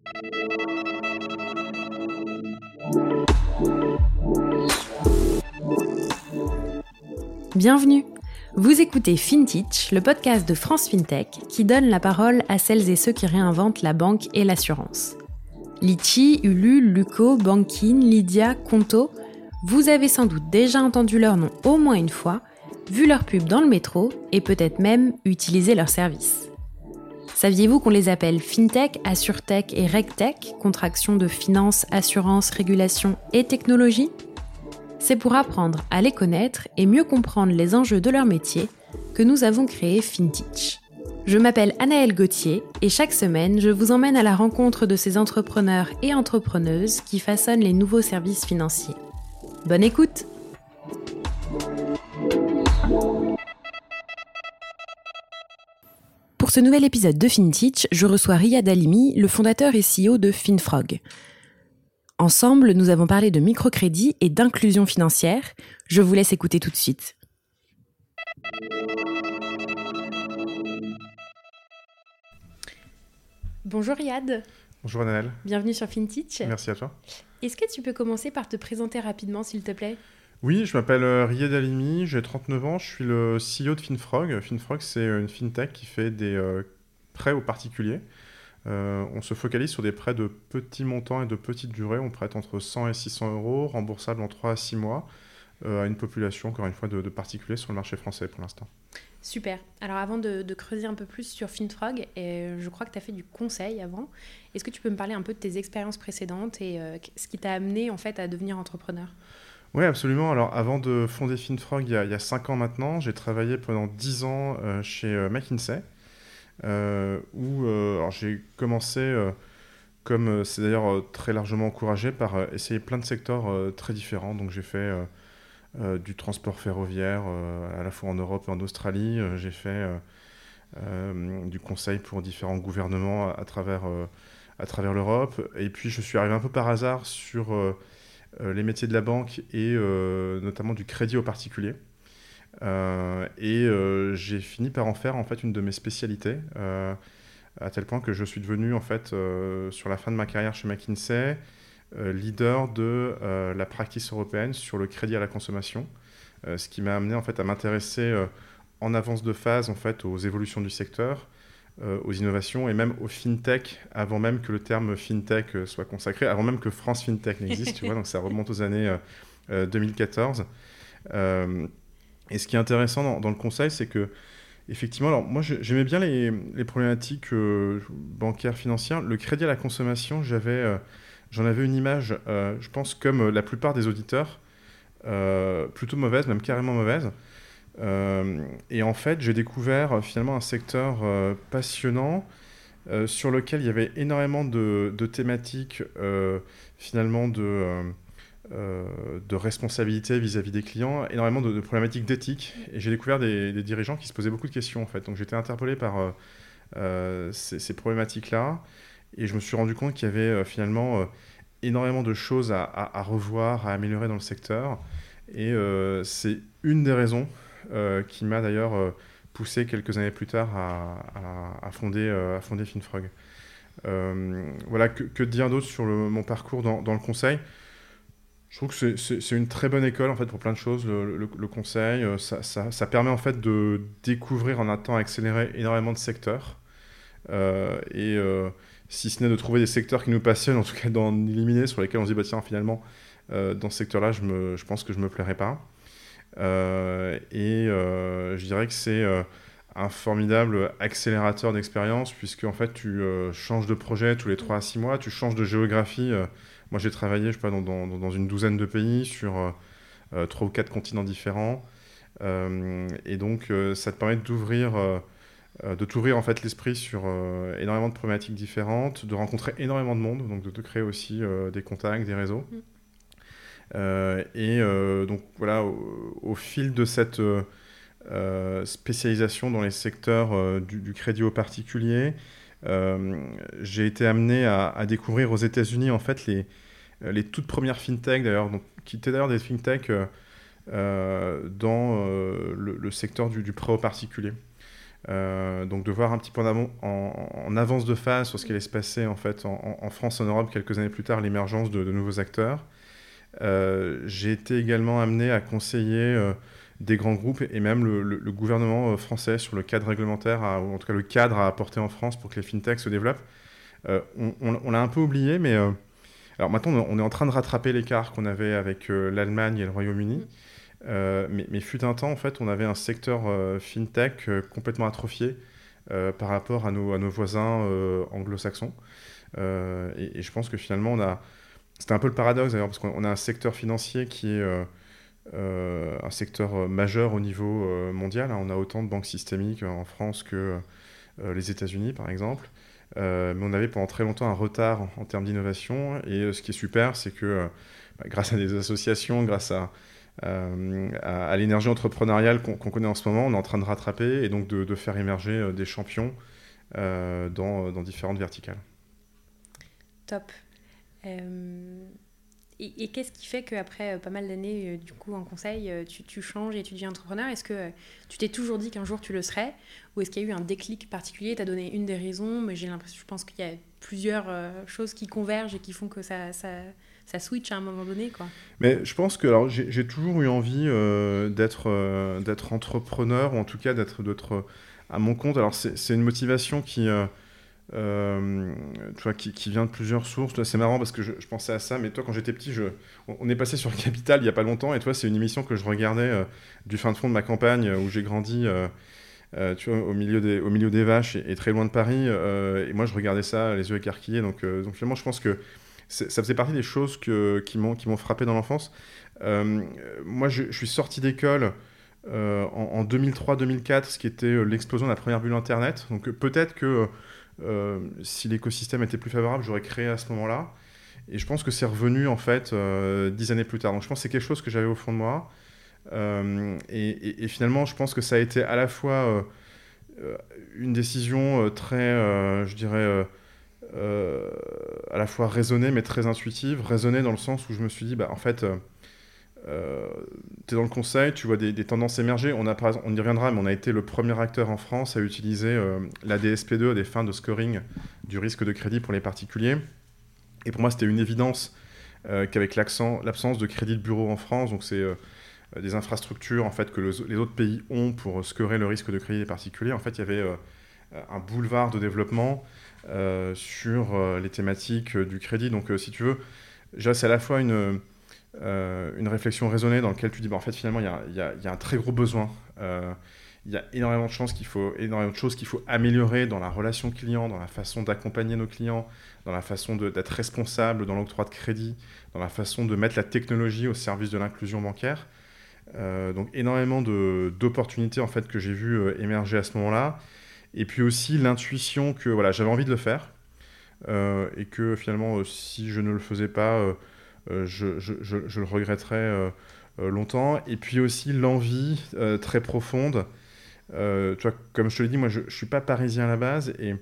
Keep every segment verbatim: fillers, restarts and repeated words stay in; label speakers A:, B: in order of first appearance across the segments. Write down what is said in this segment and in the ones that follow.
A: Bienvenue! Vous écoutez FinTech, le podcast de France FinTech qui donne la parole à celles et ceux qui réinventent la banque et l'assurance. Litchi, Ulule, Luco, Bankin, Lydia, Conto, vous avez sans doute déjà entendu leur nom au moins une fois, vu leur pub dans le métro et peut-être même utilisé leurs services. Saviez-vous qu'on les appelle FinTech, AssureTech et RegTech, contraction de finance, assurance, régulation et technologie ? C'est pour apprendre à les connaître et mieux comprendre les enjeux de leur métier que nous avons créé FinTech. Je m'appelle Anaëlle Gauthier et chaque semaine, je vous emmène à la rencontre de ces entrepreneurs et entrepreneuses qui façonnent les nouveaux services financiers. Bonne écoute! Pour ce nouvel épisode de FinTech, je reçois Riyad Halimi, le fondateur et C E O de Finfrog. Ensemble, nous avons parlé de microcrédit et d'inclusion financière. Je vous laisse écouter tout de suite. Bonjour Riyad.
B: Bonjour Anaëlle.
A: Bienvenue sur FinTech.
B: Merci à toi.
A: Est-ce que tu peux commencer par te présenter rapidement, s'il te plaît ?
B: Oui, je m'appelle Riyad Halimi, j'ai trente-neuf ans, je suis le C E O de Finfrog. Finfrog, c'est une fintech qui fait des euh, prêts aux particuliers. Euh, on se focalise sur des prêts de petits montants et de petite durée. On prête entre cent et six cents euros, remboursables en trois à six mois, euh, à une population, encore une fois, de, de particuliers sur le marché français pour l'instant.
A: Super. Alors avant de, de creuser un peu plus sur Finfrog, et je crois que tu as fait du conseil avant, est-ce que tu peux me parler un peu de tes expériences précédentes et euh, ce qui t'a amené en fait à devenir entrepreneur ?
B: Oui, absolument. Alors avant de fonder Finfrog, il y a, il y a cinq ans maintenant, j'ai travaillé pendant dix ans euh, chez euh, McKinsey. Euh, où euh, alors j'ai commencé, euh, comme euh, c'est d'ailleurs euh, très largement encouragé, par euh, essayer plein de secteurs euh, très différents. Donc j'ai fait euh, euh, du transport ferroviaire euh, à la fois en Europe et en Australie. Euh, j'ai fait euh, euh, du conseil pour différents gouvernements à, à travers, euh, à travers l'Europe. Et puis je suis arrivé un peu par hasard sur euh, euh, les métiers de la banque et euh, notamment du crédit aux particuliers. Euh, et euh, j'ai fini par en faire en fait une de mes spécialités, euh, à tel point que je suis devenu en fait euh, sur la fin de ma carrière chez McKinsey euh, leader de euh, la practice européenne sur le crédit à la consommation, euh, ce qui m'a amené en fait à m'intéresser euh, en avance de phase en fait aux évolutions du secteur, euh, aux innovations et même aux fintech avant même que le terme fintech euh, soit consacré, avant même que France FinTech n'existe, tu vois, donc ça remonte aux années euh, euh, deux mille quatorze. Euh, Et ce qui est intéressant dans, dans le conseil, c'est que, effectivement, alors moi j'aimais bien les, les problématiques euh, bancaires, financières. Le crédit à la consommation, j'avais, euh, j'en avais une image, euh, je pense, comme la plupart des auditeurs, euh, plutôt mauvaise, même carrément mauvaise. Euh, et en fait, j'ai découvert euh, finalement un secteur euh, passionnant euh, sur lequel il y avait énormément de, de thématiques, euh, finalement, de... Euh, Euh, de responsabilité vis-à-vis des clients, énormément de, de problématiques d'éthique. Et j'ai découvert des, des dirigeants qui se posaient beaucoup de questions, en fait. Donc j'étais interpellé par euh, euh, ces, ces problématiques-là. Et je me suis rendu compte qu'il y avait euh, finalement euh, énormément de choses à, à, à revoir, à améliorer dans le secteur. Et euh, c'est une des raisons euh, qui m'a d'ailleurs euh, poussé quelques années plus tard à, à, à, fonder, euh, à fonder Finfrog. Euh, voilà, que, que dire d'autre sur le, mon parcours dans, dans le conseil ? Je trouve que c'est, c'est, c'est une très bonne école en fait, pour plein de choses, le, le, le conseil. Ça, ça, ça permet en fait de découvrir en un temps accéléré énormément de secteurs. Euh, et euh, si ce n'est de trouver des secteurs qui nous passionnent, en tout cas d'en éliminer, sur lesquels on se dit, bah, tiens, finalement, euh, dans ce secteur-là, je, me, je pense que je ne me plairais pas. Euh, et euh, je dirais que c'est euh, un formidable accélérateur d'expérience, puisque en fait, tu euh, changes de projet tous les trois à six mois, tu changes de géographie. Euh, Moi, j'ai travaillé, je sais pas, dans, dans, dans une douzaine de pays, sur euh, trois ou quatre continents différents. Euh, et donc, euh, ça te permet d'ouvrir, euh, de t'ouvrir en fait l'esprit sur euh, énormément de problématiques différentes, de rencontrer énormément de monde, donc de te créer aussi euh, des contacts, des réseaux. Mm. Euh, et euh, donc, voilà, au, au fil de cette euh, spécialisation dans les secteurs euh, du, du crédit aux particuliers, Euh, j'ai été amené à, à découvrir aux États-Unis en fait les, les toutes premières fintech d'ailleurs, donc, qui étaient d'ailleurs des fintech euh, euh, dans euh, le, le secteur du, du prêt aux particuliers. Euh, donc de voir un petit peu en, avant, en, en avance de phase sur ce qui allait se passer en, fait, en, en France, en Europe, quelques années plus tard, l'émergence de, de nouveaux acteurs. Euh, j'ai été également amené à conseiller euh, des grands groupes et même le, le, le gouvernement euh, français sur le cadre réglementaire, à, ou en tout cas le cadre à apporter en France pour que les fintechs se développent. Euh, on, on, on l'a un peu oublié, mais euh, alors maintenant on est en train de rattraper l'écart qu'on avait avec euh, l'Allemagne et le Royaume-Uni. Euh, mais, mais fut un temps, en fait, on avait un secteur euh, fintech euh, complètement atrophié euh, par rapport à nos, à nos voisins euh, anglo-saxons. Euh, et, et je pense que finalement, on a... C'était un peu le paradoxe d'ailleurs, parce qu'on a un secteur financier qui est euh, euh, un secteur majeur au niveau euh, mondial. Hein. On a autant de banques systémiques en France que euh, les États-Unis, par exemple. Euh, mais on avait pendant très longtemps un retard en, en termes d'innovation. Et euh, ce qui est super, c'est que euh, bah, grâce à des associations, grâce à, euh, à, à l'énergie entrepreneuriale qu'on qu'on connaît en ce moment, on est en train de rattraper et donc de, de faire émerger euh, des champions euh, dans, dans différentes verticales.
A: Top. Euh, et, et qu'est-ce qui fait qu'après euh, pas mal d'années euh, du coup en conseil, euh, tu, tu changes et tu deviens entrepreneur? Est-ce que euh, tu t'es toujours dit qu'un jour tu le serais, ou est-ce qu'il y a eu un déclic particulier? Tu as donné une des raisons, mais j'ai l'impression, je pense qu'il y a plusieurs euh, choses qui convergent et qui font que ça, ça, ça switch à un moment donné, quoi.
B: Mais je pense que alors, j'ai, j'ai toujours eu envie euh, d'être, euh, d'être entrepreneur, ou en tout cas d'être, d'être à mon compte. Alors c'est, c'est une motivation qui... Euh, Euh, tu vois, qui, qui vient de plusieurs sources. Toi, c'est marrant parce que je, je pensais à ça, mais toi, quand j'étais petit, je, on, on est passé sur le Capital il n'y a pas longtemps, et toi, c'est une émission que je regardais euh, du fin de fond de ma campagne où j'ai grandi, euh, euh, tu vois, au milieu des, au milieu des vaches et, et très loin de Paris. Euh, et moi, je regardais ça les yeux écarquillés. Donc, euh, donc finalement, je pense que c'est, ça faisait partie des choses que, qui, m'ont, qui m'ont frappé dans l'enfance. Euh, moi, je, je suis sorti d'école. Euh, en, en deux mille trois deux mille quatre, ce qui était euh, l'explosion de la première bulle Internet. Donc euh, peut-être que euh, si l'écosystème était plus favorable, j'aurais créé à ce moment-là. Et je pense que c'est revenu en fait euh, dix années plus tard. Donc je pense que c'est quelque chose que j'avais au fond de moi. Euh, et, et, et finalement, je pense que ça a été à la fois euh, euh, une décision euh, très, euh, je dirais, euh, euh, à la fois raisonnée mais très intuitive. Raisonnée dans le sens où je me suis dit, bah, en fait, euh, euh, tu es dans le conseil, tu vois des, des tendances émerger. On, a, par exemple, on y reviendra, mais on a été le premier acteur en France à utiliser euh, la D S P deux à des fins de scoring du risque de crédit pour les particuliers. Et pour moi, c'était une évidence euh, qu'avec l'absence de crédit de bureau en France, donc c'est euh, des infrastructures en fait, que le, les autres pays ont pour scorer le risque de crédit des particuliers, en fait, il y avait euh, un boulevard de développement euh, sur euh, les thématiques du crédit. Donc, euh, si tu veux, déjà, c'est à la fois une... Euh, une réflexion raisonnée dans laquelle tu dis bah, en fait finalement il y, y, y a un très gros besoin, euh, il y a énormément de chances qu'il faut énormément de choses qu'il faut améliorer dans la relation client, dans la façon d'accompagner nos clients, dans la façon de, d'être responsable dans l'octroi de crédit, dans la façon de mettre la technologie au service de l'inclusion bancaire. Euh, donc énormément de, d'opportunités en fait que j'ai vu euh, émerger à ce moment-là, et puis aussi l'intuition que voilà j'avais envie de le faire euh, et que finalement euh, si je ne le faisais pas euh, Euh, je, je, je, je le regretterai euh, euh, longtemps. Et puis aussi l'envie euh, très profonde. Euh, tu vois, comme je te l'ai dit, moi, je ne suis pas parisien à la base et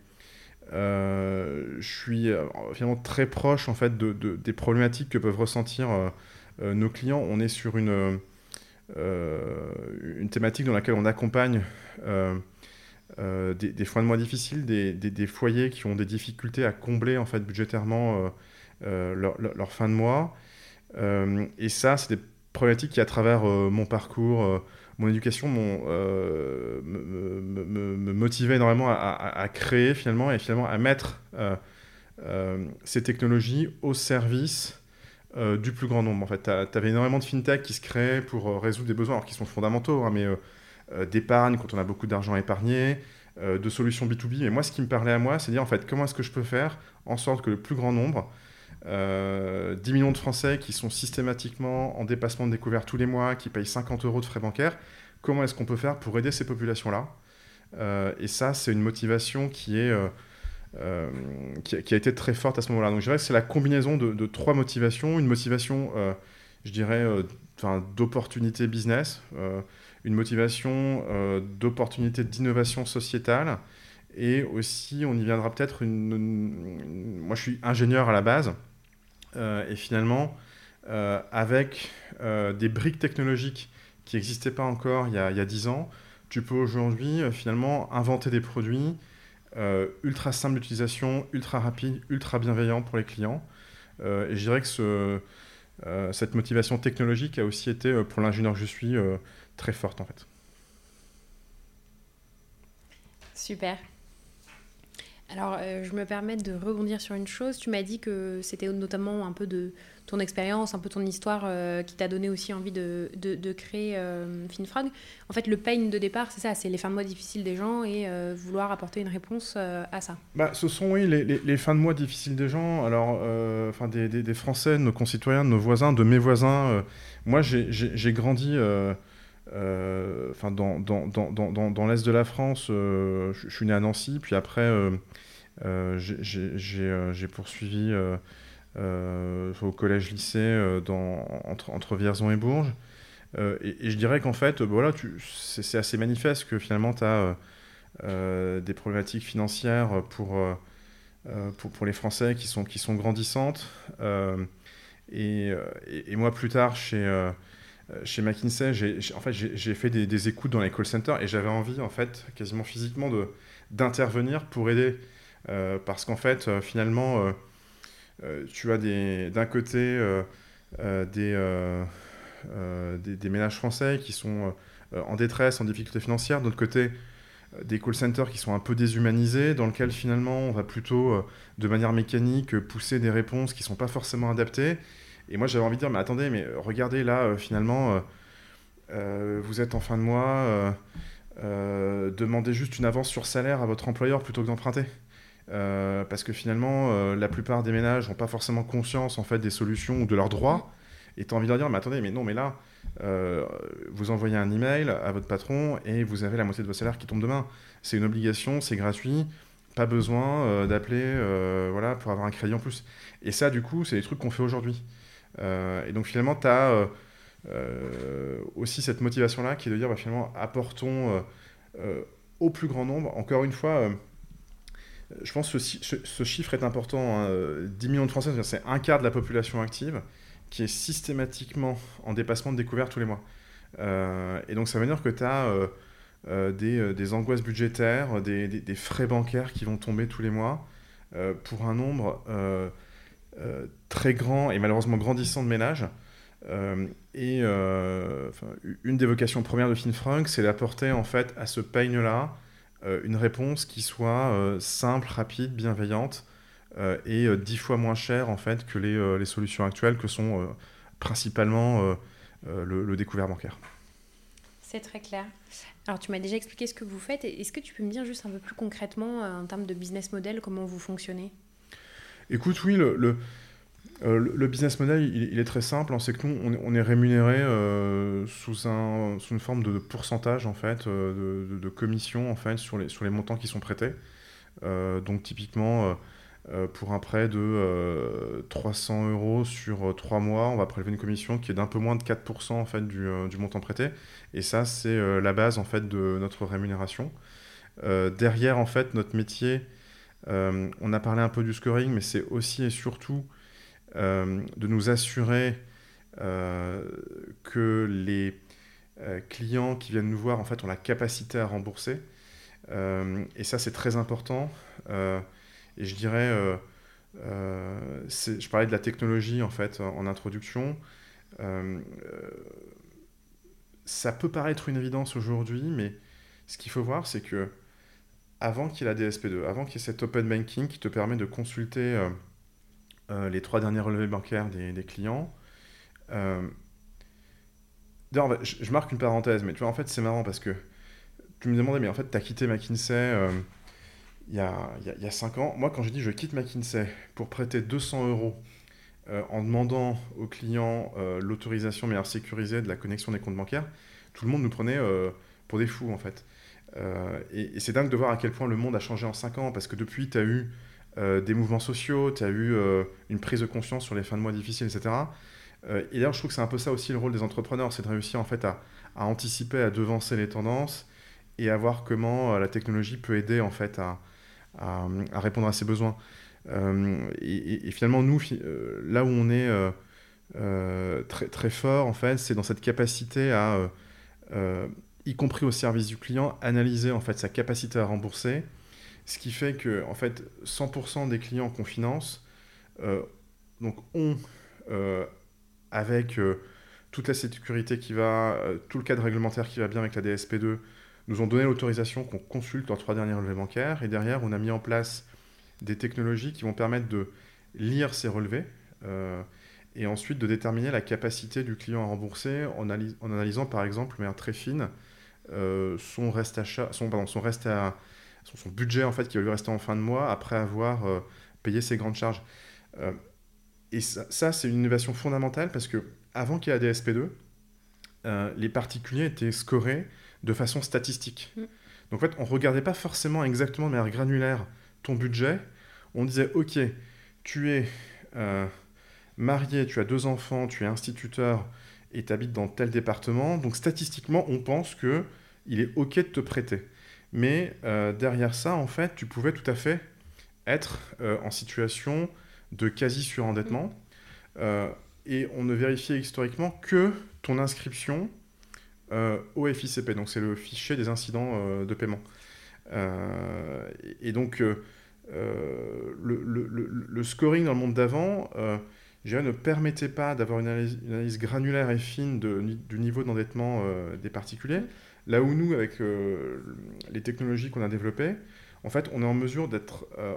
B: euh, je suis euh, finalement très proche en fait, de, de, des problématiques que peuvent ressentir euh, euh, nos clients. On est sur une, euh, une thématique dans laquelle on accompagne euh, euh, des, des fins de mois difficiles, des, des, des foyers qui ont des difficultés à combler en fait, budgétairement euh, euh, leur, leur, leur fin de mois. Euh, et ça, c'est des problématiques qui, à travers euh, mon parcours, euh, mon éducation, m'ont, euh, me, me, me, me motivaient énormément à, à, à créer finalement et finalement à mettre euh, euh, ces technologies au service euh, du plus grand nombre. En fait, tu avais énormément de fintech qui se créaient pour euh, résoudre des besoins, alors qui sont fondamentaux, hein, mais euh, euh, d'épargne quand on a beaucoup d'argent à épargner, euh, de solutions B deux B. Mais moi, ce qui me parlait à moi, c'est de dire en fait, comment est-ce que je peux faire en sorte que le plus grand nombre Euh, dix millions de Français qui sont systématiquement en dépassement de découvert tous les mois, qui payent cinquante euros de frais bancaires, comment est-ce qu'on peut faire pour aider ces populations-là euh, Et ça, c'est une motivation qui, est, euh, euh, qui, a, qui a été très forte à ce moment-là. Donc je dirais que c'est la combinaison de, de trois motivations. Une motivation, euh, je dirais, euh, d'opportunité business, euh, une motivation euh, d'opportunité d'innovation sociétale, et aussi, on y viendra peut-être, une, une, une... moi je suis ingénieur à la base, Euh, et finalement, euh, avec euh, des briques technologiques qui n'existaient pas encore il y a dix ans, tu peux aujourd'hui euh, finalement inventer des produits euh, ultra simples d'utilisation, ultra rapides, ultra bienveillants pour les clients. Euh, et je dirais que ce, euh, cette motivation technologique a aussi été, euh, pour l'ingénieur que je suis, euh, très forte en fait.
A: Super. Alors, euh, je me permets de rebondir sur une chose. Tu m'as dit que c'était notamment un peu de ton expérience, un peu ton histoire euh, qui t'a donné aussi envie de, de, de créer euh, FinFrog. En fait, le pain de départ, c'est ça, c'est les fins de mois difficiles des gens et euh, vouloir apporter une réponse euh, à ça.
B: Bah, ce sont, oui, les, les, les fins de mois difficiles des gens, alors, euh, enfin, des, des, des Français, de nos concitoyens, de nos voisins, de mes voisins. Euh, moi, j'ai, j'ai, j'ai grandi euh, euh, enfin, dans, dans, dans, dans, dans l'Est de la France. Euh, je, je suis né à Nancy, puis après, euh, euh, j'ai, j'ai, j'ai, euh, j'ai poursuivi euh, euh, au collège-lycée euh, dans, entre, entre Vierzon et Bourges. Euh, et, et je dirais qu'en fait, euh, voilà, tu, c'est, c'est assez manifeste que finalement, tu as euh, des problématiques financières pour, euh, pour, pour les Français qui sont, qui sont grandissantes. Euh, et, et, et moi, plus tard, chez, euh, chez McKinsey, j'ai, j'ai, en fait, j'ai, j'ai fait des, des écoutes dans les call centers et j'avais envie, en fait, quasiment physiquement, de, d'intervenir pour aider. Euh, parce qu'en fait, euh, finalement, euh, euh, tu as des, d'un côté euh, euh, des, euh, euh, des, des ménages français qui sont euh, en détresse, en difficulté financière. D'autre côté, des call centers qui sont un peu déshumanisés, dans lesquels finalement on va plutôt, euh, de manière mécanique, pousser des réponses qui ne sont pas forcément adaptées. Et moi j'avais envie de dire, mais attendez, mais regardez là, euh, finalement, euh, euh, vous êtes en fin de mois, euh, euh, demandez juste une avance sur salaire à votre employeur plutôt que d'emprunter. Euh, parce que finalement, euh, la plupart des ménages n'ont pas forcément conscience en fait, des solutions ou de leurs droits. Et tu as envie de leur dire, mais attendez, mais non, mais là, euh, vous envoyez un email à votre patron et vous avez la moitié de votre salaire qui tombe demain. C'est une obligation, c'est gratuit, pas besoin euh, d'appeler euh, voilà, pour avoir un crédit en plus. Et ça, du coup, c'est des trucs qu'on fait aujourd'hui. Euh, et donc finalement, tu as euh, euh, aussi cette motivation-là qui est de dire, bah, finalement, apportons euh, euh, au plus grand nombre, encore une fois, euh, je pense que ce, ce, ce chiffre est important, hein, dix millions de Français, c'est un quart de la population active qui est systématiquement en dépassement de découvert tous les mois. Euh, et donc ça veut dire que tu as euh, euh, des, des angoisses budgétaires, des, des, des frais bancaires qui vont tomber tous les mois euh, pour un nombre euh, euh, très grand et malheureusement grandissant de ménages. Euh, et euh, une des vocations premières de FinFrog, c'est d'apporter en fait à ce pain-là euh, une réponse qui soit euh, simple, rapide, bienveillante euh, et euh, dix fois moins chère en fait que les, euh, les solutions actuelles que sont euh, principalement euh, euh, le, le découvert bancaire.
A: C'est très clair. Alors tu m'as déjà expliqué ce que vous faites. Est-ce que tu peux me dire juste un peu plus concrètement euh, en termes de business model comment vous fonctionnez ?
B: Écoute, oui, le, le, euh, le business model il, il est très simple. C'est que nous on est, on est rémunéré euh, sous, un, sous une forme de pourcentage en fait, euh, de, de, de commission en fait sur les, sur les montants qui sont prêtés. Euh, donc typiquement euh, euh, pour un prêt de euh, trois cents euros sur euh, trois mois, on va prélever une commission qui est d'un peu moins de quatre pour cent en fait, du, euh, du montant prêté. Et ça, c'est euh, la base en fait, de notre rémunération. Euh, derrière, en fait, notre métier, euh, on a parlé un peu du scoring, mais c'est aussi et surtout euh, de nous assurer euh, que les euh, clients qui viennent nous voir en fait, ont la capacité à rembourser. Euh, et ça, c'est très important. Euh, et je dirais, euh, euh, c'est, je parlais de la technologie en fait en, en introduction. Euh, euh, ça peut paraître une évidence aujourd'hui, mais ce qu'il faut voir, c'est que avant qu'il y ait la D S P deux, avant qu'il y ait cet open banking qui te permet de consulter euh, euh, les trois derniers relevés bancaires des, des clients. Euh, d'ailleurs, je, je marque une parenthèse, mais tu vois, en fait, c'est marrant parce que tu me demandais, mais en fait, tu as quitté McKinsey. Euh, Il y, a, il, y a, il y a cinq ans, moi quand j'ai dit je quitte McKinsey pour prêter deux cents euros euh, en demandant aux clients euh, l'autorisation meilleure sécurisée de la connexion des comptes bancaires, tout le monde nous prenait euh, pour des fous en fait. Euh, et, et c'est dingue de voir à quel point le monde a changé en cinq ans parce que depuis tu as eu euh, des mouvements sociaux, tu as eu euh, une prise de conscience sur les fins de mois difficiles, et cetera. Euh, et d'ailleurs je trouve que c'est un peu ça aussi le rôle des entrepreneurs, c'est de réussir en fait à, à anticiper, à devancer les tendances et à voir comment euh, la technologie peut aider en fait à À, à répondre à ses besoins. Euh, et, et finalement, nous, euh, là où on est euh, euh, très, très fort, en fait, c'est dans cette capacité à euh, euh, y compris au service du client, analyser en fait sa capacité à rembourser, ce qui fait que en fait cent pour cent des clients qu'on finance euh, donc ont euh, avec euh, toute la sécurité qui va, euh, tout le cadre réglementaire qui va bien avec la D S P deux, nous ont donné l'autorisation qu'on consulte leurs trois derniers relevés bancaires. Et derrière, on a mis en place des technologies qui vont permettre de lire ces relevés euh, et ensuite de déterminer la capacité du client à rembourser en, analy- en analysant, par exemple, de manière très fine, euh, son reste achat, son, pardon, son reste à, son, son budget en fait qui va lui rester en fin de mois après avoir euh, payé ses grandes charges. Euh, et ça, ça, c'est une innovation fondamentale parce que avant qu'il y ait la D S P deux, euh, les particuliers étaient scorés de façon statistique. Mm. Donc en fait, on ne regardait pas forcément exactement de manière granulaire ton budget. On disait, ok, tu es euh, marié, tu as deux enfants, tu es instituteur et tu habites dans tel département. Donc statistiquement, on pense qu'il est ok de te prêter. Mais euh, derrière ça, en fait, tu pouvais tout à fait être euh, en situation de quasi-surendettement. Mm. Euh, et on ne vérifiait historiquement que ton inscription euh, au F I C P, donc c'est le fichier des incidents euh, de paiement. Euh, et, et donc, euh, le, le, le, le scoring dans le monde d'avant euh, ne permettait pas d'avoir une analyse, une analyse granulaire et fine de, du niveau d'endettement euh, des particuliers. Mmh. Là où nous, avec euh, les technologies qu'on a développées, en fait, on est en mesure d'être euh,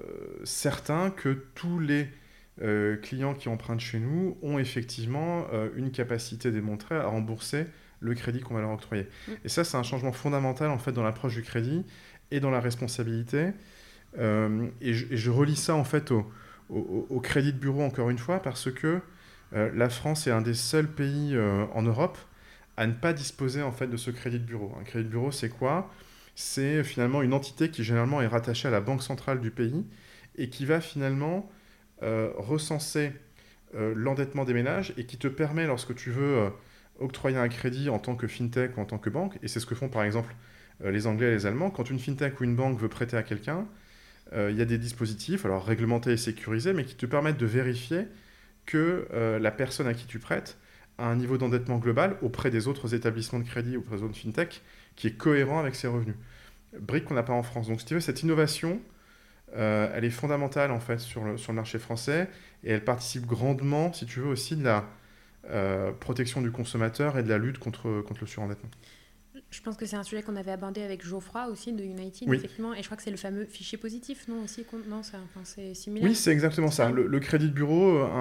B: certain que tous les euh, clients qui empruntent chez nous ont effectivement euh, une capacité démontrée à rembourser le crédit qu'on va leur octroyer. Mmh. Et ça, c'est un changement fondamental en fait dans l'approche du crédit et dans la responsabilité. Euh, et, je, et je relie ça en fait au, au, au crédit de bureau encore une fois parce que euh, la France est un des seuls pays euh, en Europe à ne pas disposer en fait de ce crédit de bureau. Un crédit de bureau, c'est quoi ? C'est finalement une entité qui généralement est rattachée à la banque centrale du pays et qui va finalement euh, recenser euh, l'endettement des ménages et qui te permet, lorsque tu veux euh, octroyer un crédit en tant que fintech ou en tant que banque, et c'est ce que font par exemple euh, les Anglais et les Allemands, quand une fintech ou une banque veut prêter à quelqu'un, il euh, y a des dispositifs, alors réglementés et sécurisés, mais qui te permettent de vérifier que euh, la personne à qui tu prêtes a un niveau d'endettement global auprès des autres établissements de crédit, auprès des autres fintech, qui est cohérent avec ses revenus. Brique qu'on n'a pas en France. Donc si tu veux, cette innovation, euh, elle est fondamentale en fait sur le, sur le marché français, et elle participe grandement, si tu veux, aussi de la euh, protection du consommateur et de la lutte contre, contre le surendettement.
A: Je pense que c'est un sujet qu'on avait abordé avec Geoffroy aussi de United,
B: oui.
A: Effectivement, et je crois que c'est le fameux fichier positif, non aussi, non, ça, enfin, c'est similaire.
B: Oui, c'est exactement ça. Le, le crédit de bureau, un,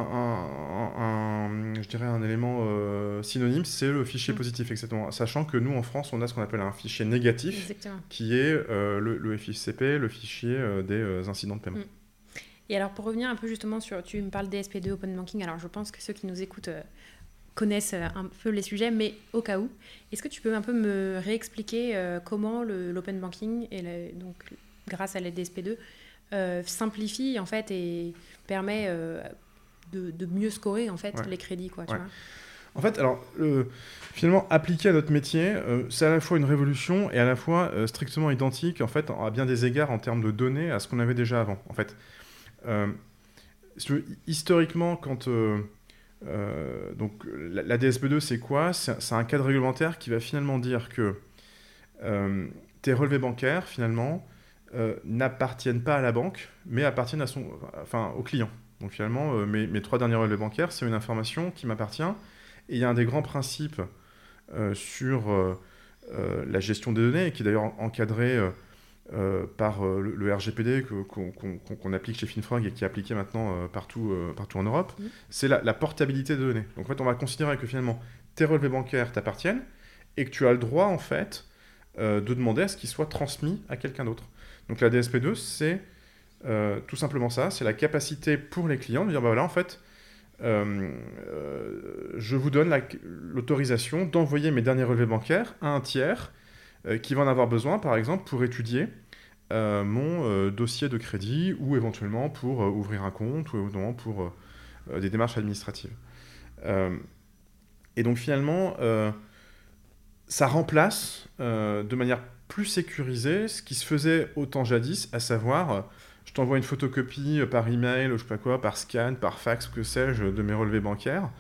B: un, un, je dirais un élément euh, synonyme, c'est le fichier mmh. positif, exactement. Sachant que nous, en France, on a ce qu'on appelle un fichier négatif, exactement. Qui est euh, le, le F I C P, le fichier euh, des euh, incidents de paiement. Mmh.
A: Et alors, pour revenir un peu justement sur, tu me parles D S P deux, Open Banking, alors je pense que ceux qui nous écoutent euh, connaissent un peu les sujets, mais au cas où, est-ce que tu peux un peu me réexpliquer euh, comment le, l'Open Banking, et le, donc grâce à la D S P deux, euh, simplifie en fait et permet euh, de, de mieux scorer en fait ouais. les crédits, quoi, tu
B: ouais.
A: vois.
B: En fait, alors, euh, finalement, appliqué à notre métier, euh, c'est à la fois une révolution et à la fois euh, strictement identique, en fait, à bien des égards en termes de données à ce qu'on avait déjà avant. En fait, euh, historiquement, quand euh, Euh, donc la, la D S P deux, c'est quoi ? c'est, c'est un cadre réglementaire qui va finalement dire que euh, tes relevés bancaires, finalement, euh, n'appartiennent pas à la banque, mais appartiennent à son, enfin, au client. Donc finalement, euh, mes, mes trois derniers relevés bancaires, c'est une information qui m'appartient. Et il y a un des grands principes euh, sur euh, euh, la gestion des données, qui est d'ailleurs encadré euh, Euh, par euh, le, le R G P D que, qu'on, qu'on, qu'on applique chez Finfrog et qui est appliqué maintenant euh, partout, euh, partout en Europe, mmh. c'est la, la portabilité de données. Donc en fait, on va considérer que finalement, tes relevés bancaires t'appartiennent et que tu as le droit en fait euh, de demander à ce qu'ils soient transmis à quelqu'un d'autre. Donc la D S P deux, c'est euh, tout simplement ça, c'est la capacité pour les clients de dire, bah voilà, en fait, euh, euh, je vous donne la, l'autorisation d'envoyer mes derniers relevés bancaires à un tiers qui va en avoir besoin, par exemple, pour étudier euh, mon euh, dossier de crédit ou éventuellement pour euh, ouvrir un compte ou éventuellement pour euh, des démarches administratives. Euh, et donc finalement, euh, ça remplace euh, de manière plus sécurisée ce qui se faisait autant jadis, à savoir, euh, je t'envoie une photocopie par email, je sais pas quoi, par scan, par fax, que sais-je, de mes relevés bancaires.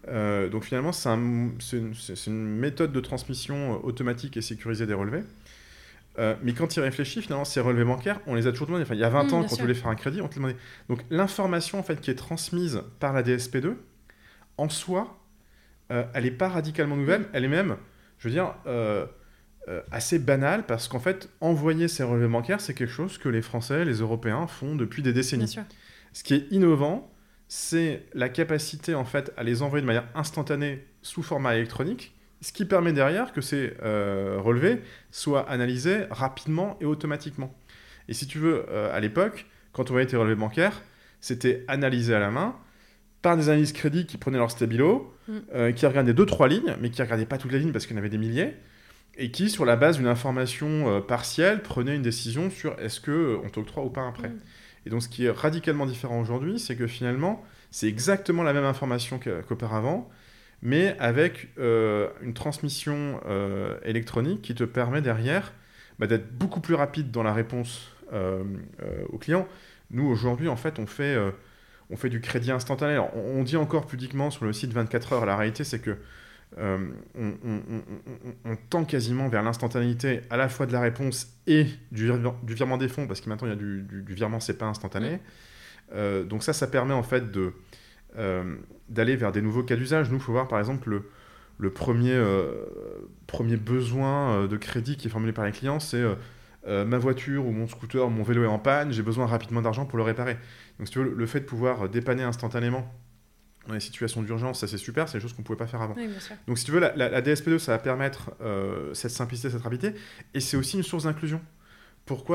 B: Euh, donc finalement, c'est, un, c'est, une, c'est une méthode de transmission automatique et sécurisée des relevés. Euh, mais quand il réfléchit, finalement, ces relevés bancaires, on les a toujours demandés. Enfin, il y a vingt
A: mmh,
B: ans,
A: bien
B: quand
A: sûr.
B: tu voulais faire un crédit, on te les demandait. Donc l'information en fait, qui est transmise par la D S P deux, en soi, euh, elle n'est pas radicalement nouvelle.
A: Mmh.
B: Elle est même, je veux dire, euh, euh, assez banale, parce qu'en fait, envoyer ces relevés bancaires, c'est quelque chose que les Français, les Européens font depuis des décennies.
A: Bien sûr.
B: Ce qui est innovant, c'est la capacité en fait à les envoyer de manière instantanée sous format électronique, ce qui permet derrière que ces euh, relevés soient analysés rapidement et automatiquement. Et si tu veux, euh, à l'époque, quand on voyait tes relevés bancaires, c'était analysé à la main par des analystes crédits qui prenaient leur stabilo,
A: Mm.
B: euh, qui regardaient deux, trois lignes, mais qui ne regardaient pas toutes les lignes parce qu'il y en avait des milliers, et qui, sur la base d'une information euh, partielle, prenaient une décision sur est-ce qu'on t'octroie ou pas un prêt.
A: Mm.
B: Et donc, ce qui est radicalement différent aujourd'hui, c'est que finalement, c'est exactement la même information qu'auparavant, mais avec euh, une transmission euh, électronique qui te permet derrière bah, d'être beaucoup plus rapide dans la réponse euh, euh, au client. Nous, aujourd'hui, en fait, on fait, euh, on fait du crédit instantané. Alors, on, on dit encore pudiquement sur le site vingt-quatre heures, la réalité, c'est que euh, on, on, on, on tend quasiment vers l'instantanéité à la fois de la réponse et du, vir- du virement des fonds, parce que maintenant, il y a du, du, du virement, c'est pas instantané.
A: Mm.
B: Euh, donc ça, ça permet en fait de... Euh, d'aller vers des nouveaux cas d'usage. Nous, il faut voir par exemple le, le premier, euh, premier besoin euh, de crédit qui est formulé par les clients, c'est euh, euh, ma voiture ou mon scooter, mon vélo est en panne, j'ai besoin rapidement d'argent pour le réparer. Donc si tu veux, le, le fait de pouvoir dépanner instantanément dans les situations d'urgence, ça c'est super, c'est des choses qu'on ne pouvait pas faire avant.
A: Oui, bien sûr.
B: Donc si tu veux, la, la, la D S P deux, ça va permettre euh, cette simplicité, cette rapidité, et c'est aussi une source d'inclusion. Pourquoi ?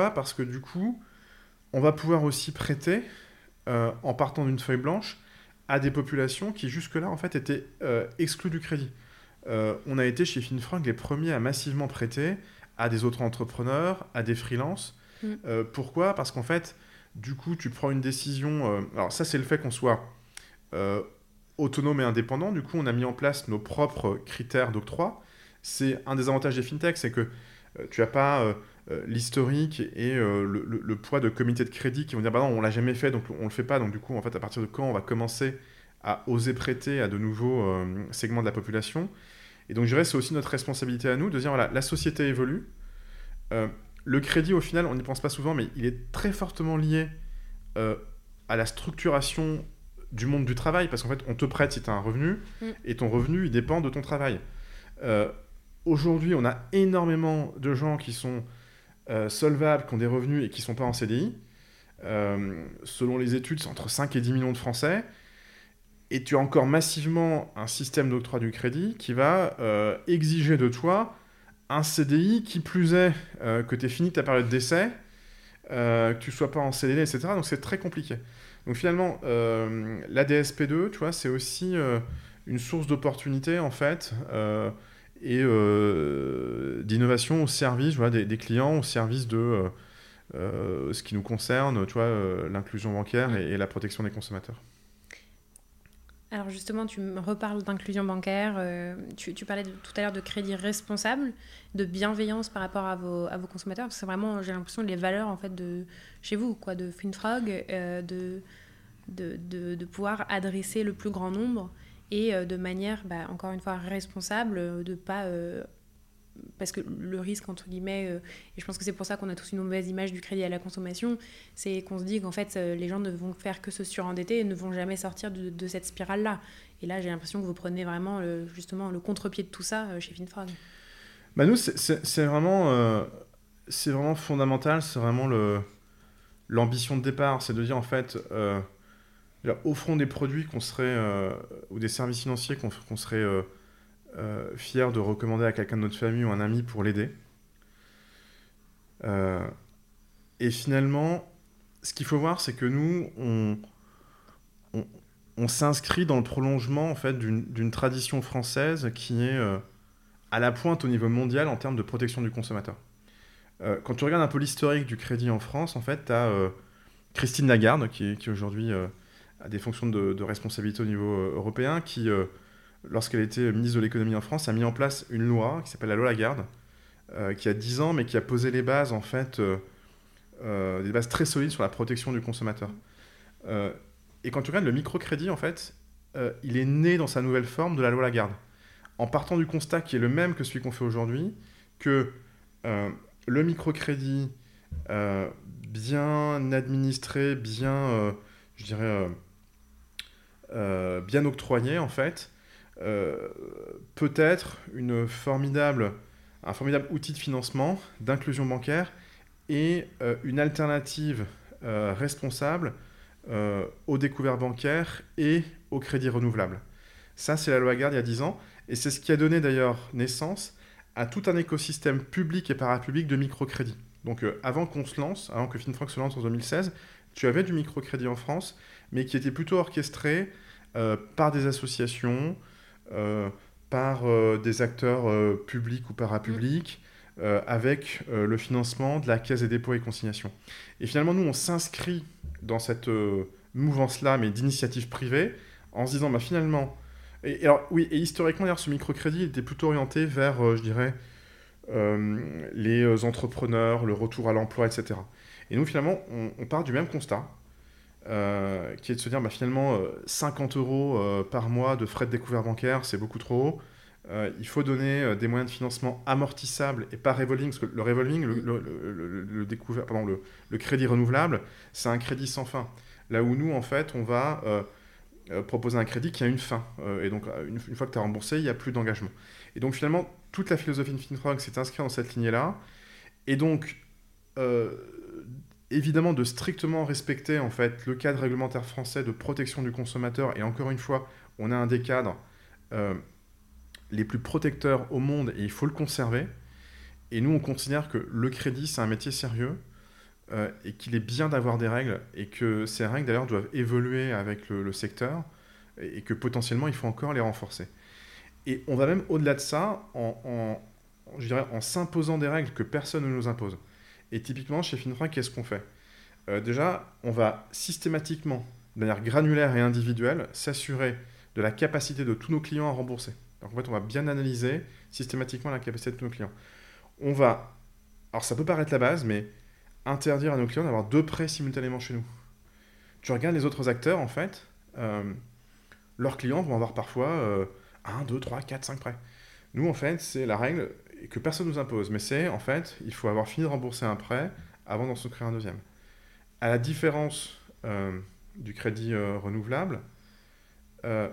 B: Parce que du coup, on va pouvoir aussi prêter, euh, en partant d'une feuille blanche, à des populations qui jusque-là en fait étaient euh, exclues du crédit. Euh, on a été chez Finfrog les premiers à massivement prêter à des autres entrepreneurs, à des freelances.
A: Mm.
B: Euh, pourquoi ? Parce qu'en fait, du coup, tu prends une décision. Euh, alors ça, c'est le fait qu'on soit euh, autonome et indépendant. Du coup, on a mis en place nos propres critères d'octroi. C'est un des avantages des fintechs, c'est que euh, tu n'as pas euh, euh, l'historique et euh, le, le, le poids de comités de crédit qui vont dire bah non, on l'a jamais fait, donc on le fait pas. Donc du coup, en fait, à partir de quand on va commencer à oser prêter à de nouveaux euh, segments de la population. Et donc, je dirais, c'est aussi notre responsabilité à nous de dire voilà, la société évolue. Euh, le crédit, au final, on n'y pense pas souvent, mais il est très fortement lié euh, à la structuration du monde du travail, parce qu'en fait, on te prête si tu as un revenu,
A: Mm.
B: et ton revenu, il dépend de ton travail. Euh, aujourd'hui, on a énormément de gens qui sont euh, solvables, qui ont des revenus et qui ne sont pas en C D I. Euh, selon les études, c'est entre cinq et dix millions de Français. Et tu as encore massivement un système d'octroi du crédit qui va euh, exiger de toi un C D I, qui plus est euh, que tu aies fini ta période d'essai, euh, que tu ne sois pas en C D D, et cetera. Donc c'est très compliqué. Donc finalement, euh, la D S P deux, tu vois, c'est aussi euh, une source d'opportunité en fait, euh, et euh, d'innovation au service voilà, des, des clients, au service de euh, euh, ce qui nous concerne, tu vois, euh, l'inclusion bancaire et, et la protection des consommateurs.
A: Alors justement, tu me reparles d'inclusion bancaire, euh, tu, tu parlais de, tout à l'heure de crédit responsable, de bienveillance par rapport à vos, à vos consommateurs, parce que c'est vraiment, j'ai l'impression, les valeurs en fait, de, chez vous, quoi, de Finfrog, euh, de, de, de, de pouvoir adresser le plus grand nombre et euh, de manière, bah, encore une fois, responsable, de ne pas... Euh, parce que le risque, entre guillemets, euh, et je pense que c'est pour ça qu'on a tous une mauvaise image du crédit à la consommation, c'est qu'on se dit qu'en fait, euh, les gens ne vont faire que se surendetter et ne vont jamais sortir de, de cette spirale-là. Et là, j'ai l'impression que vous prenez vraiment, le, justement, le contre-pied de tout ça euh, chez Finfrog.
B: Bah nous, c'est, c'est, c'est, vraiment, euh, c'est vraiment fondamental, c'est vraiment le, l'ambition de départ, c'est de dire, en fait, euh, offrons des produits qu'on serait, euh, ou des services financiers qu'on, qu'on serait... Euh, Euh, fier de recommander à quelqu'un de notre famille ou un ami pour l'aider. Euh, et finalement, ce qu'il faut voir, c'est que nous, on, on, on s'inscrit dans le prolongement en fait, d'une, d'une tradition française qui est euh, à la pointe au niveau mondial en termes de protection du consommateur. Euh, quand tu regardes un peu l'historique du crédit en France, en fait, tu as euh, Christine Lagarde, qui, qui aujourd'hui euh, a des fonctions de, de responsabilité au niveau euh, européen, qui... Euh, lorsqu'elle était ministre de l'économie en France, a mis en place une loi qui s'appelle la loi Lagarde, euh, qui a dix ans, mais qui a posé les bases, en fait, euh, euh, des bases très solides sur la protection du consommateur. Euh, et quand tu regardes le microcrédit, en fait, euh, il est né dans sa nouvelle forme de la loi Lagarde. En partant du constat qui est le même que celui qu'on fait aujourd'hui, que euh, le microcrédit euh, bien administré, bien, euh, je dirais, euh, euh, bien octroyé, en fait, euh, peut être une formidable, un formidable outil de financement, d'inclusion bancaire et euh, une alternative euh, responsable euh, aux découvertes bancaires et au crédit renouvelable. Ça, c'est la loi Lagarde il y a dix ans, et c'est ce qui a donné d'ailleurs naissance à tout un écosystème public et parapublic de microcrédit. Donc euh, avant qu'on se lance, avant que FinFranc se lance en deux mille seize, tu avais du microcrédit en France, mais qui était plutôt orchestré euh, par des associations, euh, par euh, des acteurs euh, publics ou parapublics, euh, avec euh, le financement de la Caisse des dépôts et consignations. Et finalement, nous, on s'inscrit dans cette euh, mouvance-là, mais d'initiative privée, en se disant, bah, finalement... Et, et alors, oui, et historiquement, d'ailleurs, ce microcrédit était plutôt orienté vers, euh, je dirais, euh, les entrepreneurs, le retour à l'emploi, et cetera. Et nous, finalement, on, on part du même constat, euh, qui est de se dire, bah, finalement, euh, cinquante euros euh, par mois de frais de découvert bancaire, c'est beaucoup trop. Euh, il faut donner euh, des moyens de financement amortissables et pas revolving, parce que le revolving, le, le, le, le, le découvert, pardon, le, le crédit renouvelable, c'est un crédit sans fin. Là où nous, en fait, on va euh, euh, proposer un crédit qui a une fin. Euh, et donc, une, une fois que tu as remboursé, il n'y a plus d'engagement. Et donc, finalement, toute la philosophie de FinFranc s'est inscrite dans cette lignée-là. Et donc, euh, évidemment, de strictement respecter, en fait, le cadre réglementaire français de protection du consommateur. Et encore une fois, on a un des cadres... Euh, les plus protecteurs au monde et il faut le conserver. Et nous, on considère que le crédit, c'est un métier sérieux euh, et qu'il est bien d'avoir des règles et que ces règles, d'ailleurs, doivent évoluer avec le, le secteur et, et que potentiellement, il faut encore les renforcer. Et on va même au-delà de ça en, en, je dirais, en s'imposant des règles que personne ne nous impose. Et typiquement, chez FinFranc, qu'est-ce qu'on fait euh, Déjà, on va systématiquement, de manière granulaire et individuelle, s'assurer de la capacité de tous nos clients à rembourser. Donc en fait, on va bien analyser systématiquement la capacité de nos clients. On va, alors ça peut paraître la base, mais interdire à nos clients d'avoir deux prêts simultanément chez nous. Tu regardes les autres acteurs, en fait, euh, leurs clients vont avoir parfois euh, un, deux, trois, quatre, cinq prêts. Nous, en fait, c'est la règle que personne ne nous impose, mais c'est, en fait, il faut avoir fini de rembourser un prêt avant d'en souscrire un deuxième. À la différence euh, du crédit euh, renouvelable, euh,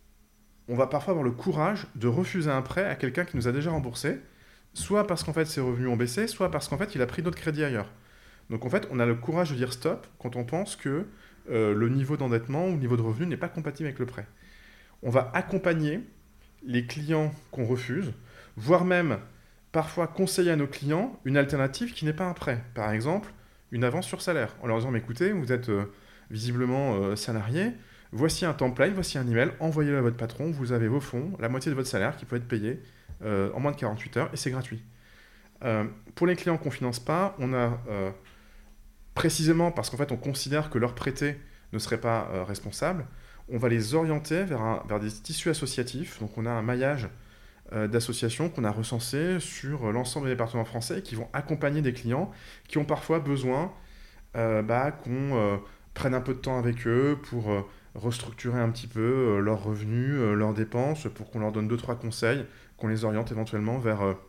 B: on va parfois avoir le courage de refuser un prêt à quelqu'un qui nous a déjà remboursé, soit parce qu'en fait ses revenus ont baissé, soit parce qu'en fait il a pris d'autres crédits ailleurs. Donc en fait, on a le courage de dire stop quand on pense que euh, le niveau d'endettement ou le niveau de revenu n'est pas compatible avec le prêt. On va accompagner les clients qu'on refuse, voire même parfois conseiller à nos clients une alternative qui n'est pas un prêt. Par exemple, une avance sur salaire, en leur disant, mais écoutez, vous êtes euh, visiblement euh, salarié, voici un template, voici un email, envoyez-le à votre patron, vous avez vos fonds, la moitié de votre salaire qui peut être payé euh, en moins de quarante-huit heures, et c'est gratuit. Euh, pour les clients qu'on ne finance pas, on a, euh, précisément parce qu'en fait on considère que leur prêté ne serait pas euh, responsable, on va les orienter vers, un, vers des tissus associatifs. Donc on a un maillage euh, d'associations qu'on a recensé sur l'ensemble des départements français qui vont accompagner des clients qui ont parfois besoin euh, bah, qu'on euh, prenne un peu de temps avec eux pour... Euh, restructurer un petit peu euh, leurs revenus, euh, leurs dépenses, pour qu'on leur donne deux trois conseils, qu'on les oriente éventuellement vers euh,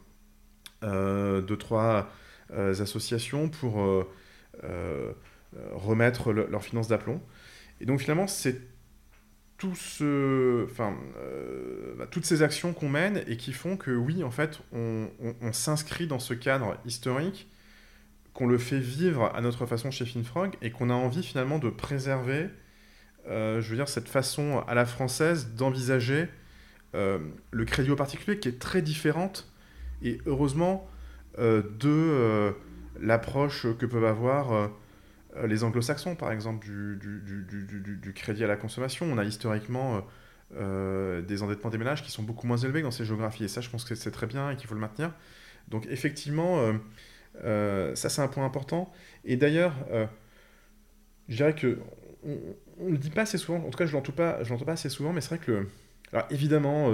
B: euh, deux trois euh, associations pour euh, euh, remettre le, leurs finances d'aplomb. Et donc finalement, c'est tout ce, enfin, euh, bah, toutes ces actions qu'on mène et qui font que oui, en fait, on, on, on s'inscrit dans ce cadre historique, qu'on le fait vivre à notre façon chez FinFranc et qu'on a envie finalement de préserver Euh, je veux dire, cette façon à la française d'envisager euh, le crédit au particulier qui est très différente, et heureusement, euh, de euh, l'approche que peuvent avoir euh, les anglo-saxons, par exemple, du, du, du, du, du crédit à la consommation. On a historiquement euh, euh, des endettements des ménages qui sont beaucoup moins élevés dans ces géographies, et ça, je pense que c'est très bien et qu'il faut le maintenir. Donc, effectivement, euh, euh, ça, c'est un point important. Et d'ailleurs, euh, je dirais que on ne le dit pas assez souvent, en tout cas je ne l'entends pas, je l'entends pas assez souvent, mais c'est vrai que, le... alors évidemment, euh,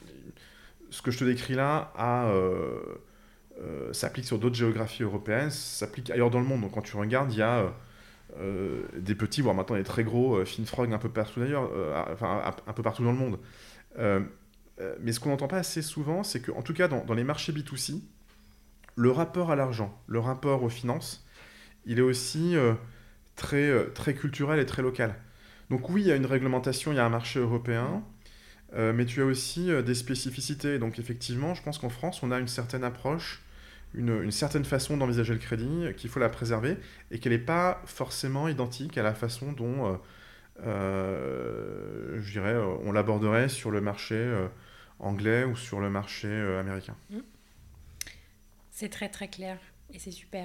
B: ce que je te décris là a, euh, euh, s'applique sur d'autres géographies européennes, s'applique ailleurs dans le monde. Donc quand tu regardes, il y a euh, des petits, voire maintenant des très gros euh, FinFrog un peu partout d'ailleurs, euh, enfin un, un peu partout dans le monde. Euh, euh, mais ce qu'on n'entend pas assez souvent, c'est qu'en tout cas dans, dans les marchés B deux C, le rapport à l'argent, le rapport aux finances, il est aussi euh, très, euh, très culturel et très local. Donc oui, il y a une réglementation, il y a un marché européen, euh, mais tu as aussi euh, des spécificités. Donc effectivement, je pense qu'en France, on a une certaine approche, une, une certaine façon d'envisager le crédit, euh, qu'il faut la préserver, et qu'elle n'est pas forcément identique à la façon dont, euh, euh, je dirais, euh, on l'aborderait sur le marché euh, anglais ou sur le marché euh, américain.
A: C'est très très clair. Et c'est super.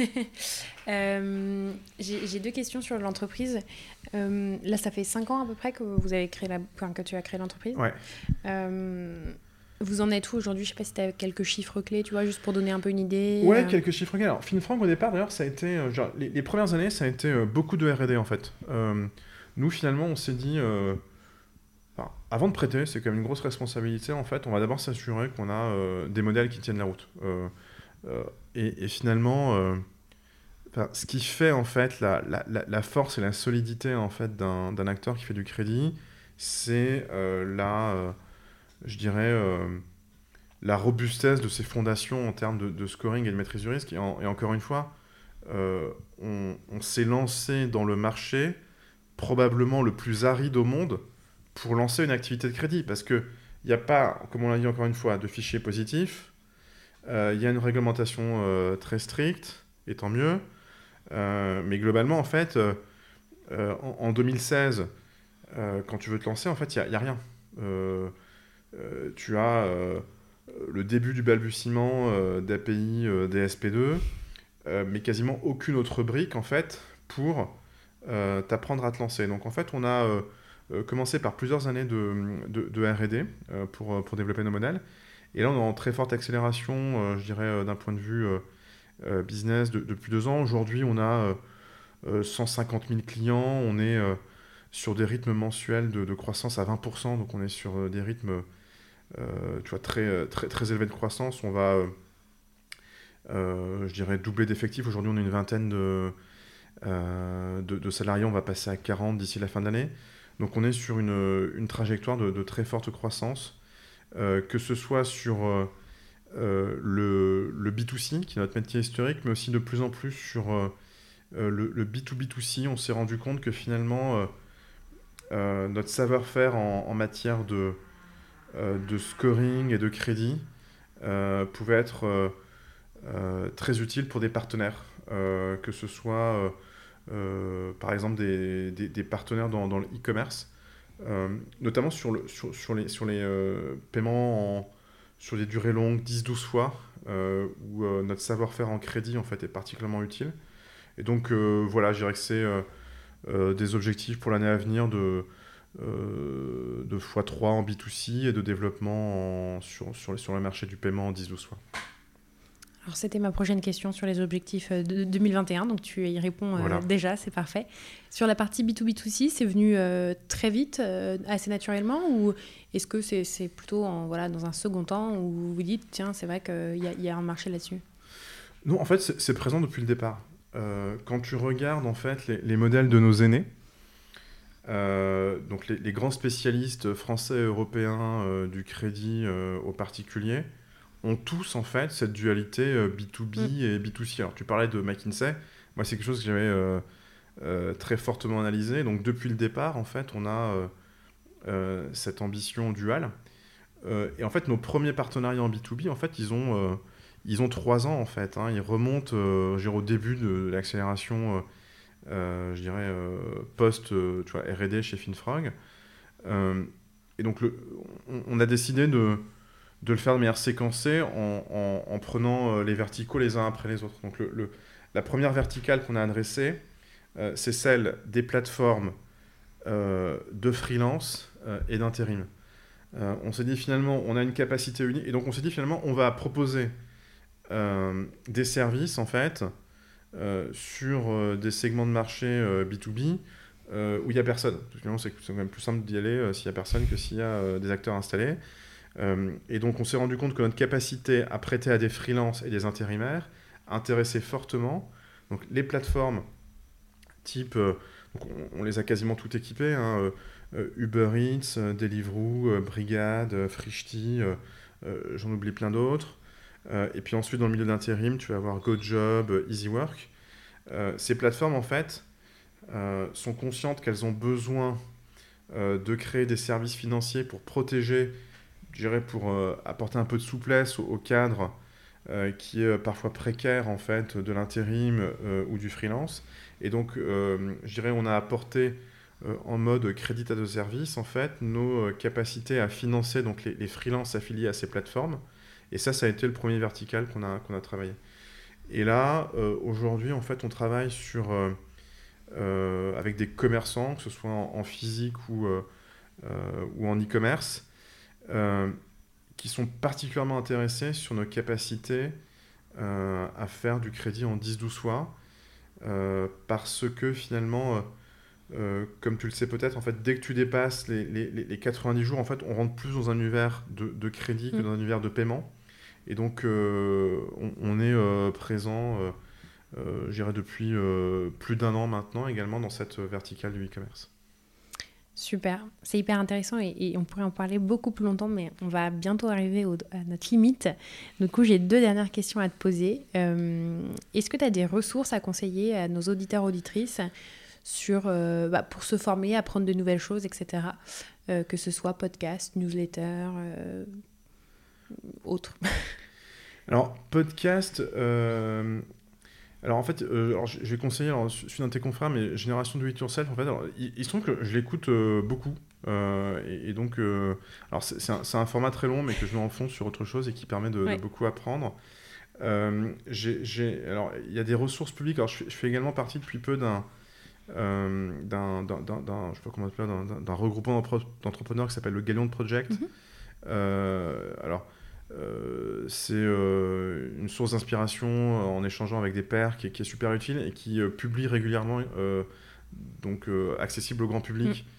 A: euh, j'ai, j'ai deux questions sur l'entreprise. Euh, là, ça fait cinq ans à peu près que, vous avez créé la, enfin, que tu as créé l'entreprise.
B: Ouais.
A: Euh, vous en êtes où aujourd'hui? Je ne sais pas si tu as quelques chiffres clés, tu vois, juste pour donner un peu une idée.
B: Ouais,
A: euh...
B: quelques chiffres clés. Alors, FinFrog, au départ, d'ailleurs, ça a été... euh, genre, les, les premières années, ça a été euh, beaucoup de R et D, en fait. Euh, nous, finalement, on s'est dit... Euh, enfin, avant de prêter, c'est quand même une grosse responsabilité, en fait. On va d'abord s'assurer qu'on a euh, des modèles qui tiennent la route. Euh, euh, et, et finalement... Euh, Enfin, ce qui fait en fait la, la, la force et la solidité en fait d'un, d'un acteur qui fait du crédit, c'est euh, la, euh, je dirais, euh, la robustesse de ses fondations en termes de, de scoring et de maîtrise du risque. Et, en, et encore une fois, euh, on, on s'est lancé dans le marché probablement le plus aride au monde pour lancer une activité de crédit, parce que il n'y a pas, comme on l'a dit encore une fois, de fichiers positifs. Il euh, y a une réglementation euh, très stricte, et tant mieux. Euh, mais globalement, en fait, euh, euh, en, en deux mille seize, euh, quand tu veux te lancer, en fait, il n'y a, a rien. Euh, euh, tu as euh, le début du balbutiement euh, d'A P I euh, D S P deux, euh, mais quasiment aucune autre brique, en fait, pour euh, t'apprendre à te lancer. Donc, en fait, on a euh, euh, commencé par plusieurs années de, de, de R et D euh, pour, pour développer nos modèles. Et là, on est en très forte accélération, euh, je dirais, euh, d'un point de vue... Euh, Euh, business de, depuis deux ans. Aujourd'hui, on a euh, cent cinquante mille clients. On est euh, sur des rythmes mensuels de, de croissance à vingt pour cent. Donc, on est sur euh, des rythmes euh, tu vois, très, très, très élevés de croissance. On va, euh, euh, je dirais, doubler d'effectifs. Aujourd'hui, on a une vingtaine de, euh, de, de salariés. On va passer à quarante d'ici la fin de l'année. Donc, on est sur une, une trajectoire de, de très forte croissance, euh, que ce soit sur... Euh, Euh, le, le B deux C, qui est notre métier historique, mais aussi de plus en plus sur euh, le, le B deux B deux C. On s'est rendu compte que finalement, euh, euh, notre savoir-faire en, en matière de, euh, de scoring et de crédit euh, pouvait être euh, euh, très utile pour des partenaires, euh, que ce soit euh, euh, par exemple des, des, des partenaires dans, dans le e-commerce, euh, notamment sur, le, sur, sur les, sur les euh, paiements en sur des durées longues, dix douze fois, euh, où euh, notre savoir-faire en crédit en fait, est particulièrement utile. Et donc euh, voilà, je dirais que c'est euh, euh, des objectifs pour l'année à venir de, euh, de fois trois en B deux C et de développement en, sur, sur, sur le marché du paiement en dix douze fois.
A: Alors, c'était ma prochaine question sur les objectifs de deux mille vingt et un, donc tu y réponds euh, voilà. déjà, c'est parfait. Sur la partie B deux B deux C, c'est venu euh, très vite, euh, assez naturellement, ou est-ce que c'est, c'est plutôt en, voilà, dans un second temps où vous vous dites, tiens, c'est vrai qu'il y a, y a un marché là-dessus?
B: Non, en fait, c'est, c'est présent depuis le départ. Euh, quand tu regardes en fait, les, les modèles de nos aînés, euh, donc les, les grands spécialistes français et européens euh, du crédit euh, aux particuliers, ont tous en fait cette dualité euh, B deux B mm. et B deux C. Alors tu parlais de McKinsey, moi c'est quelque chose que j'avais euh, euh, très fortement analysé. Donc depuis le départ, en fait, on a euh, euh, cette ambition duale. Euh, et en fait, nos premiers partenariats en B deux B, en fait, ils ont, euh, ils ont trois ans en fait. Hein. Ils remontent euh, je dirais, au début de l'accélération, euh, euh, je dirais, euh, post euh, tu vois, R et D chez FinFrog. Euh, et donc le, on, on a décidé de de le faire de manière séquencée en, en, en prenant euh, les verticaux les uns après les autres. Donc le, le, la première verticale qu'on a adressée, euh, c'est celle des plateformes euh, de freelance euh, et d'intérim. Euh, on s'est dit finalement, on a une capacité unique, et donc on s'est dit finalement, on va proposer euh, des services en fait euh, sur euh, des segments de marché euh, B deux B euh, où il n'y a personne. Finalement, c'est, c'est quand même plus simple d'y aller euh, s'il n'y a personne que s'il y a euh, des acteurs installés. Euh, et donc on s'est rendu compte que notre capacité à prêter à des freelances et des intérimaires intéressait fortement donc les plateformes type, euh, donc on, on les a quasiment toutes équipées, hein, euh, Uber Eats, euh, Deliveroo, euh, Brigade, euh, Frishti, euh, euh, j'en oublie plein d'autres. Euh, et puis ensuite, dans le milieu d'intérim, tu vas avoir GoJob, euh, EasyWork. Euh, ces plateformes, en fait, euh, sont conscientes qu'elles ont besoin euh, de créer des services financiers pour protéger, je dirais, pour euh, apporter un peu de souplesse au, au cadre euh, qui est euh, parfois précaire, en fait, de l'intérim euh, ou du freelance. Et donc, euh, je dirais, on a apporté euh, en mode crédit à deux services, en fait, nos euh, capacités à financer donc, les, les freelances affiliés à ces plateformes. Et ça, ça a été le premier vertical qu'on a, qu'on a travaillé. Et là, euh, aujourd'hui, en fait, on travaille sur, euh, euh, avec des commerçants, que ce soit en, en physique ou, euh, euh, ou en e-commerce, euh, qui sont particulièrement intéressés sur nos capacités euh, à faire du crédit en dix douze fois, euh, parce que finalement, euh, euh, comme tu le sais peut-être, en fait, dès que tu dépasses les, les, les quatre-vingt-dix jours, en fait, on rentre plus dans un univers de, de crédit que
A: Mm.
B: dans un univers de paiement. Et donc, euh, on, on est euh, présent, euh, euh, je dirais, depuis euh, plus d'un an maintenant, également dans cette verticale du e-commerce.
A: Super, c'est hyper intéressant et, et on pourrait en parler beaucoup plus longtemps, mais on va bientôt arriver au, à notre limite. Du coup, j'ai deux dernières questions à te poser. Euh, est-ce que tu as des ressources à conseiller à nos auditeurs, auditrices sur, euh, bah, pour se former, apprendre de nouvelles choses, et cetera. Euh, que ce soit podcast, newsletter, euh, autre.
B: Alors, podcast, euh, alors en fait, euh, alors je je vais conseiller, alors, je suis d'un de tes confrères, mais Génération Do It Yourself, en fait, alors, il, il se trouve que je l'écoute euh, beaucoup. Euh, et, et donc, euh, alors c'est c'est un, c'est un format très long, mais que je m'enfonce sur autre chose et qui permet de, de
A: Ouais.
B: beaucoup apprendre. Euh, j'ai, j'ai- alors, il y a des ressources publiques. Alors, je fais, je fais également partie depuis peu d'un, euh, d'un, d'un, d'un- d'un- je sais pas comment on appelle, d'un, d'un- d'un regroupement d'empre- d'entrepreneurs qui s'appelle le Galion de Project.
A: Mhm.
B: Euh, alors, euh, c'est euh, une source d'inspiration euh, en échangeant avec des pairs qui, est qui est super utile et qui euh, publie régulièrement, euh, donc euh, accessible au grand
A: Mm.
B: public,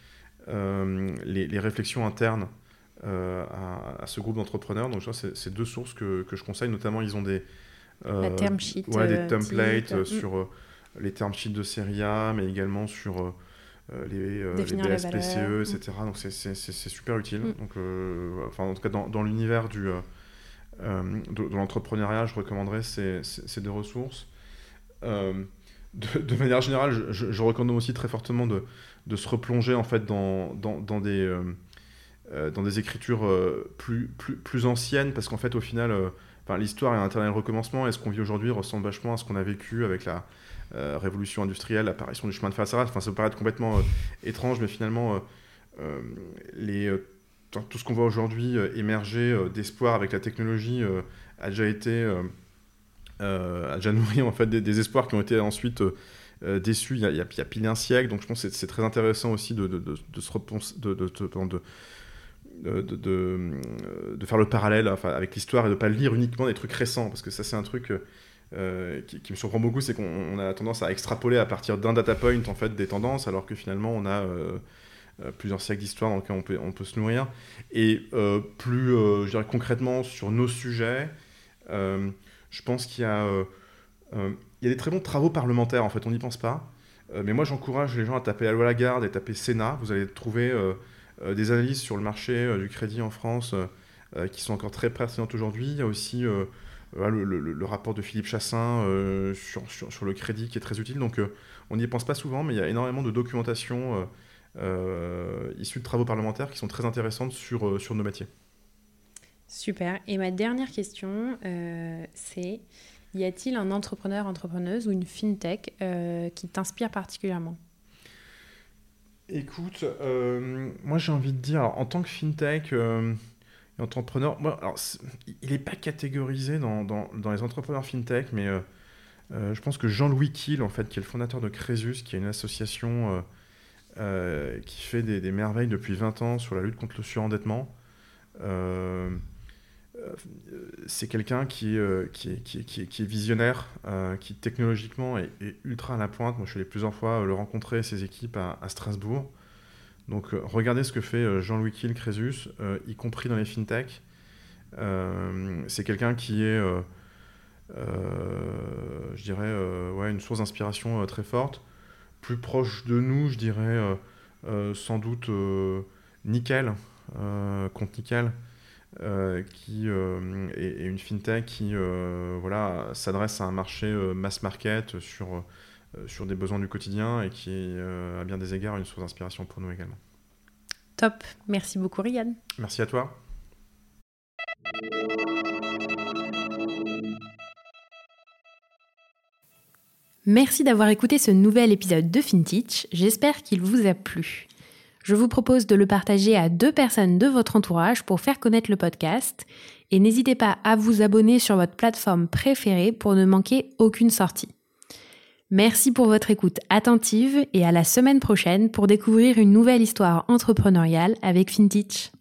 B: euh, les, les réflexions internes euh, à, à ce groupe d'entrepreneurs. Donc, ça, c'est, c'est deux sources que, que je conseille. Notamment, ils ont des,
A: La
B: euh,
A: term sheet,
B: ouais, des
A: euh,
B: templates
A: type.
B: euh,
A: Mm.
B: sur euh, les term sheets de série A, mais également sur euh, euh, les, euh, les
A: Définir les
B: B S P C E,
A: valeurs.
B: et cetera. Donc c'est, c'est, c'est, c'est super utile.
A: Mm.
B: Donc, euh, enfin, en tout cas, dans, dans l'univers du, euh, euh, de, de l'entrepreneuriat, je recommanderais ces, ces, ces deux ressources. Euh, de, de manière générale, je, je, je recommande aussi très fortement de, de se replonger en fait dans, dans, dans des, euh, euh, dans des écritures euh, plus, plus, plus anciennes, parce qu'en fait, au final, euh, enfin, l'histoire est un éternel recommencement, et ce qu'on vit aujourd'hui ressemble vachement à ce qu'on a vécu avec la euh, révolution industrielle, l'apparition du chemin de fer, et cetera. Enfin, ça peut paraître complètement euh, étrange, mais finalement, euh, euh, les, euh, tout ce qu'on voit aujourd'hui euh, émerger euh, d'espoir avec la technologie euh, a déjà été euh, euh, a déjà nourri en fait des, des espoirs qui ont été ensuite euh, euh, déçus il y, a, il, y a, il y a pile un siècle. Donc je pense que c'est, c'est très intéressant aussi de, de, de, de se repenser, de, de, de, de, de, de, de, de faire le parallèle enfin, avec l'histoire et de ne pas lire uniquement des trucs récents, parce que ça c'est un truc euh, qui, qui me surprend beaucoup, c'est qu'on on a tendance à extrapoler à partir d'un data point en fait, des tendances, alors que finalement on a euh, plusieurs siècles d'histoire dans lesquels on peut, on peut se nourrir. Et euh, plus euh, je dirais concrètement sur nos sujets, euh, je pense qu'il y a, euh, euh, il y a des très bons travaux parlementaires, en fait, on n'y pense pas. Euh, mais moi, j'encourage les gens à taper la loi Lagarde et taper Sénat. Vous allez trouver euh, euh, des analyses sur le marché euh, du crédit en France euh, qui sont encore très pertinentes aujourd'hui. Il y a aussi euh, euh, le, le, le rapport de Philippe Chassin euh, sur, sur, sur le crédit qui est très utile. Donc, euh, on n'y pense pas souvent, mais il y a énormément de documentation euh, euh, issue de travaux parlementaires qui sont très intéressantes sur, euh, sur nos métiers.
A: Super. Et ma dernière question, euh, c'est y a-t-il un entrepreneur, entrepreneuse ou une fintech euh, qui t'inspire particulièrement ?
B: Écoute, euh, moi j'ai envie de dire, alors, en tant que fintech euh, et entrepreneur, moi, alors, il n'est pas catégorisé dans, dans, dans les entrepreneurs fintech, mais euh, euh, je pense que Jean-Louis Kiel, en fait, qui est le fondateur de Crésus, qui est une association euh, euh, qui fait des, des merveilles depuis vingt ans sur la lutte contre le surendettement, euh, c'est quelqu'un qui, euh, qui, est, qui, est, qui, est, qui est visionnaire, euh, qui technologiquement est, est ultra à la pointe. Moi, je suis allé plusieurs fois euh, le rencontrer, ses équipes à, à Strasbourg. Donc, euh, regardez ce que fait euh, Jean-Louis Kiel, Crésus, euh, y compris dans les fintechs. Euh, c'est quelqu'un qui est, euh, euh, je dirais, euh, ouais, une source d'inspiration euh, très forte. plus proche de nous, je dirais euh, euh, sans doute euh, Nickel, euh, compte Nickel, euh, qui euh, est, est une fintech qui euh, voilà, s'adresse à un marché euh, mass market sur, euh, sur des besoins du quotidien et qui est euh, à bien des égards une source d'inspiration pour nous également.
A: Top, merci beaucoup Riyad.
B: Merci à toi.
A: Merci d'avoir écouté ce nouvel épisode de FinTech, j'espère qu'il vous a plu. Je vous propose de le partager à deux personnes de votre entourage pour faire connaître le podcast et n'hésitez pas à vous abonner sur votre plateforme préférée pour ne manquer aucune sortie. Merci pour votre écoute attentive et à la semaine prochaine pour découvrir une nouvelle histoire entrepreneuriale avec FinTech.